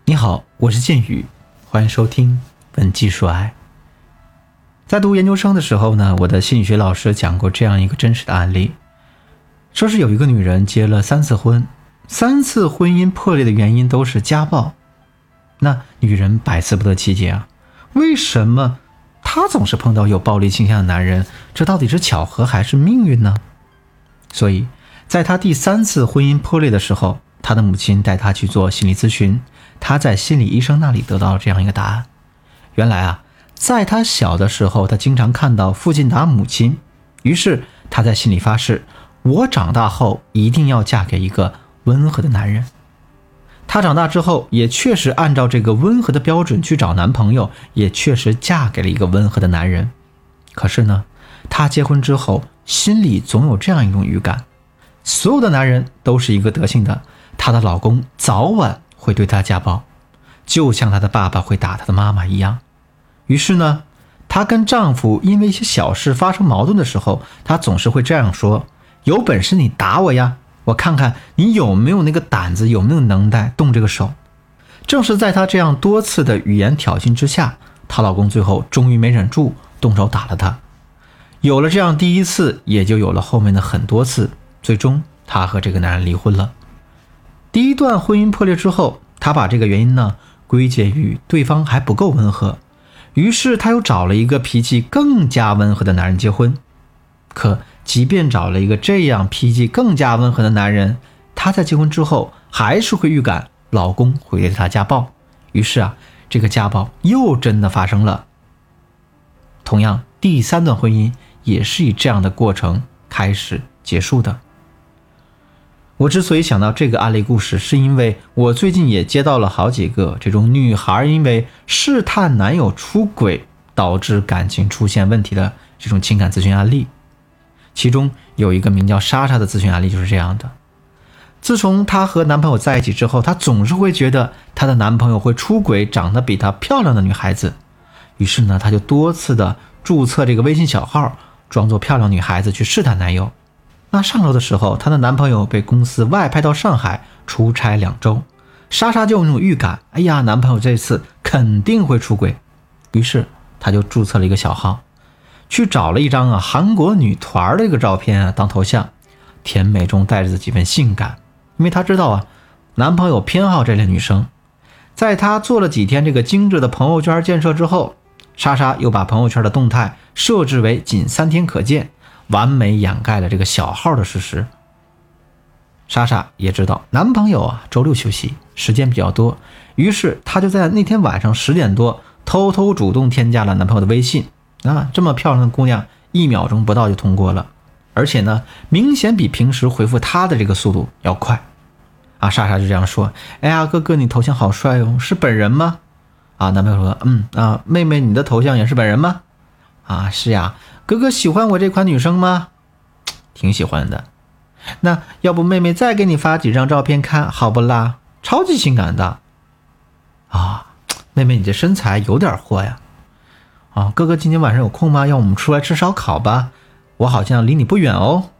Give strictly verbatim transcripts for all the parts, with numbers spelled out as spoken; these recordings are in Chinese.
你好，我是剑宇，欢迎收听文姬说爱。在读研究生的时候呢，我的心理学老师讲过这样一个真实的案例，说是有一个女人结了三次婚，三次婚姻破裂的原因都是家暴。那女人百思不得其解啊，为什么她总是碰到有暴力倾向的男人？这到底是巧合还是命运呢？所以在她第三次婚姻破裂的时候，她的母亲带她去做心理咨询，她在心理医生那里得到了这样一个答案。原来啊，在她小的时候，她经常看到父亲打母亲，于是她在心里发誓，我长大后一定要嫁给一个温和的男人。她长大之后也确实按照这个温和的标准去找男朋友，也确实嫁给了一个温和的男人。可是呢，她结婚之后心里总有这样一种预感，所有的男人都是一个德性的，她的老公早晚会对她家暴，就像她的爸爸会打她的妈妈一样。于是呢，她跟丈夫因为一些小事发生矛盾的时候，她总是会这样说，有本事你打我呀，我看看你有没有那个胆子，有没有能耐动这个手。正是在她这样多次的语言挑衅之下，她老公最后终于没忍住，动手打了她。有了这样第一次，也就有了后面的很多次，最终她和这个男人离婚了。第一段婚姻破裂之后，她把这个原因呢归结于对方还不够温和，于是她又找了一个脾气更加温和的男人结婚。可即便找了一个这样脾气更加温和的男人，她在结婚之后还是会预感老公会对她家暴，于是啊，这个家暴又真的发生了。同样，第三段婚姻也是以这样的过程开始结束的。我之所以想到这个案例故事，是因为我最近也接到了好几个这种女孩因为试探男友出轨导致感情出现问题的这种情感咨询案例。其中有一个名叫莎莎的咨询案例就是这样的。自从她和男朋友在一起之后，她总是会觉得她的男朋友会出轨长得比她漂亮的女孩子，于是呢，她就多次的注册这个微信小号，装作漂亮女孩子去试探男友。那上周的时候，她的男朋友被公司外派到上海出差两周，莎莎就有那种预感，哎呀，男朋友这次肯定会出轨，于是她就注册了一个小号，去找了一张啊韩国女团的一个照片啊当头像，甜美中带着几分性感，因为她知道啊男朋友偏好这类女生。在她做了几天这个精致的朋友圈建设之后，莎莎又把朋友圈的动态设置为仅三天可见，完美掩盖了这个小号的事实。莎莎也知道男朋友啊周六休息，时间比较多，于是她就在那天晚上十点多偷偷主动添加了男朋友的微信。啊，这么漂亮的姑娘，一秒钟不到就通过了，而且呢，明显比平时回复她的这个速度要快。啊，莎莎就这样说：“哎呀，哥哥，你头像好帅哦，是本人吗？”啊，男朋友说：“嗯啊，妹妹，你的头像也是本人吗？”啊，是呀。哥哥喜欢我这款女生吗？挺喜欢的。那要不妹妹再给你发几张照片看好不啦？超级性感的。啊，妹妹你这身材有点货呀。啊，哥哥今天晚上有空吗？要我们出来吃烧烤吧，我好像离你不远哦。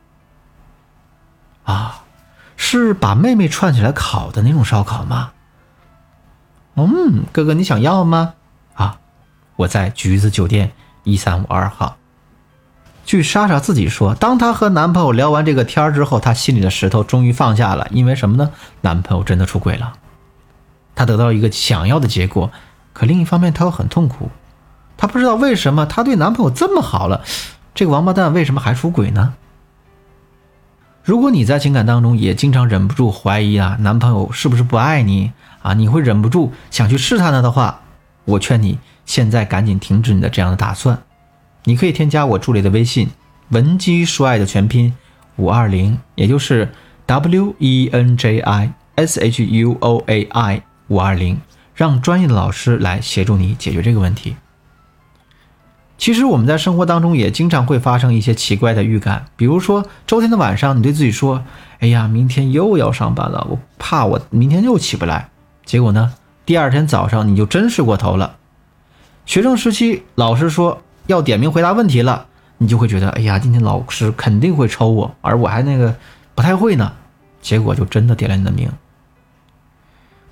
啊，是把妹妹串起来烤的那种烧烤吗？嗯，哥哥你想要吗？啊，我在橘子酒店一三五二号。据莎莎自己说，当她和男朋友聊完这个天之后，她心里的石头终于放下了。因为什么呢？男朋友真的出轨了，她得到一个想要的结果，可另一方面她又很痛苦，她不知道为什么她对男朋友这么好了，这个王八蛋为什么还出轨呢？如果你在情感当中也经常忍不住怀疑啊，男朋友是不是不爱你啊，你会忍不住想去试探他的话，我劝你现在赶紧停止你的这样的打算。你可以添加我助理的微信文姬说爱的全拼五二零，也就是 W E N J I S H U O A I 五二零，让专业的老师来协助你解决这个问题。其实我们在生活当中也经常会发生一些奇怪的预感，比如说周天的晚上，你对自己说，哎呀，明天又要上班了，我怕我明天又起不来。结果呢，第二天早上你就真睡过头了。学生时期老师说要点名回答问题了，你就会觉得，哎呀，今天老师肯定会抽我，而我还那个不太会呢，结果就真的点了你的名。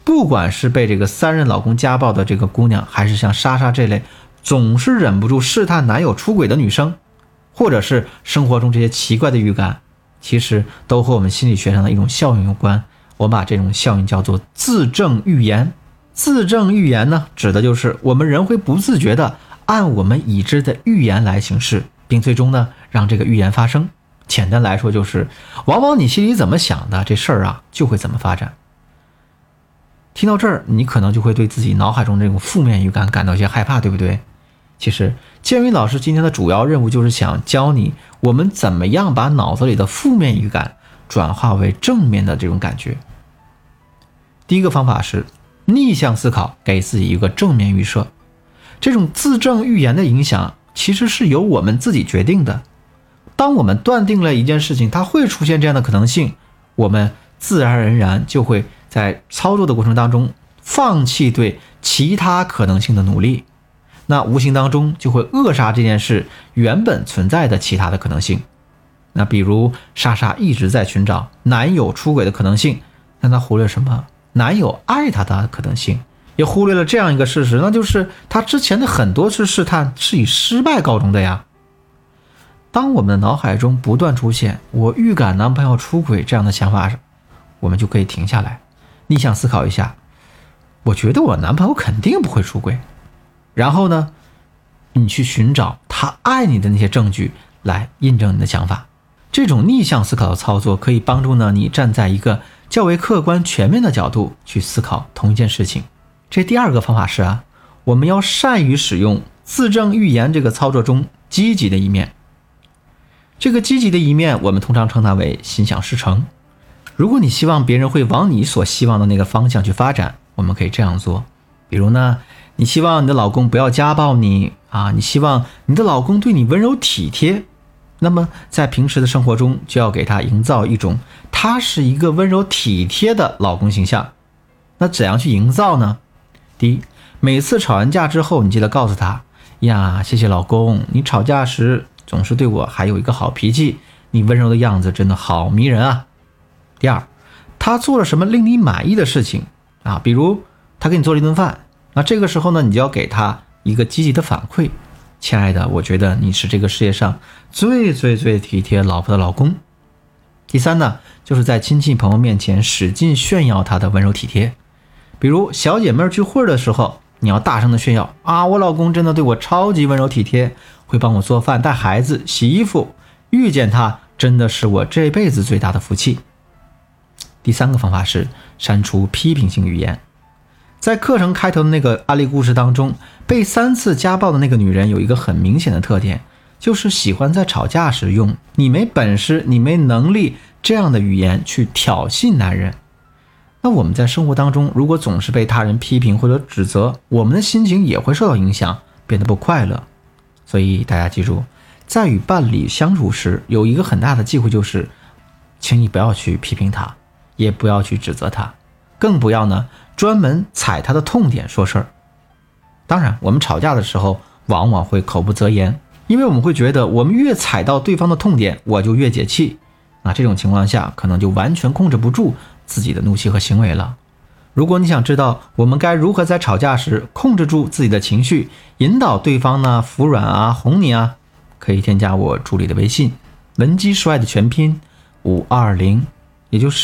不管是被这个三任老公家暴的这个姑娘，还是像莎莎这类总是忍不住试探男友出轨的女生，或者是生活中这些奇怪的预感，其实都和我们心理学上的一种效应有关。我把这种效应叫做自证预言。自证预言呢，指的就是我们人会不自觉的按我们已知的预言来行事，并最终呢让这个预言发生。简单来说就是，往往你心里怎么想的，这事儿啊就会怎么发展。听到这儿，你可能就会对自己脑海中这种负面预感感到一些害怕，对不对？其实建宇老师今天的主要任务就是想教你，我们怎么样把脑子里的负面预感转化为正面的这种感觉。第一个方法是逆向思考，给自己一个正面预设。这种自证预言的影响其实是由我们自己决定的。当我们断定了一件事情它会出现这样的可能性，我们自然而然就会在操作的过程当中放弃对其他可能性的努力，那无形当中就会扼杀这件事原本存在的其他的可能性。那比如莎莎一直在寻找男友出轨的可能性，但她忽略什么？男友爱她的可能性，也忽略了这样一个事实，那就是她之前的很多次试探是以失败告终的呀。当我们的脑海中不断出现我预感男朋友出轨这样的想法，我们就可以停下来，逆向思考一下，我觉得我男朋友肯定不会出轨。然后呢，你去寻找他爱你的那些证据来印证你的想法。这种逆向思考的操作可以帮助呢你站在一个较为客观全面的角度去思考同一件事情。这第二个方法是啊，我们要善于使用自证预言这个操作中积极的一面。这个积极的一面我们通常称它为心想事成。如果你希望别人会往你所希望的那个方向去发展，我们可以这样做。比如呢，你希望你的老公不要家暴你啊，你希望你的老公对你温柔体贴，那么在平时的生活中就要给他营造一种他是一个温柔体贴的老公形象。那怎样去营造呢？第一，每次吵完架之后，你记得告诉他呀，谢谢老公，你吵架时总是对我还有一个好脾气，你温柔的样子真的好迷人啊。第二，他做了什么令你满意的事情啊？比如他给你做了一顿饭，那这个时候呢，你就要给他一个积极的反馈。亲爱的，我觉得你是这个世界上最最最体贴老婆的老公。第三呢，就是在亲戚朋友面前使劲炫耀他的温柔体贴。比如小姐妹聚会的时候，你要大声的炫耀啊，我老公真的对我超级温柔体贴，会帮我做饭、带孩子、洗衣服，遇见他真的是我这辈子最大的福气。第三个方法是删除批评性语言。在课程开头的那个案例故事当中，被三次家暴的那个女人有一个很明显的特点，就是喜欢在吵架时用你没本事、你没能力这样的语言去挑衅男人。那我们在生活当中如果总是被他人批评或者指责，我们的心情也会受到影响，变得不快乐。所以大家记住，在与伴侣相处时有一个很大的忌讳，就是轻易不要去批评他，也不要去指责他，更不要呢专门踩他的痛点说事儿。当然我们吵架的时候往往会口不择言，因为我们会觉得我们越踩到对方的痛点我就越解气，那这种情况下可能就完全控制不住自己的怒气和行为了。如果你想知道我们该如何在吵架时控制住自己的情绪，引导对方呢服软啊哄你啊，可以添加我助理的微信文姬说爱的全拼五二零，也就是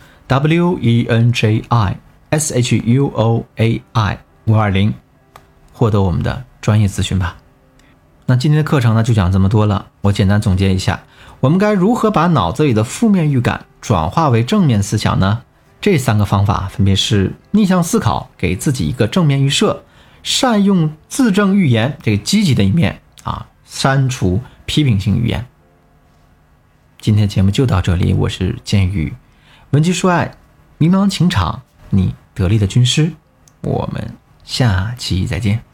W E N J I S H U O A I 五二零，获得我们的专业咨询吧。那今天的课程呢就讲这么多了，我简单总结一下，我们该如何把脑子里的负面预感转化为正面思想呢？这三个方法分别是逆向思考，给自己一个正面预设，善用自证预言这个积极的一面啊，删除批评性语言。今天节目就到这里，我是建宇，文姬说爱，迷茫情场，你得力的军师，我们下期再见。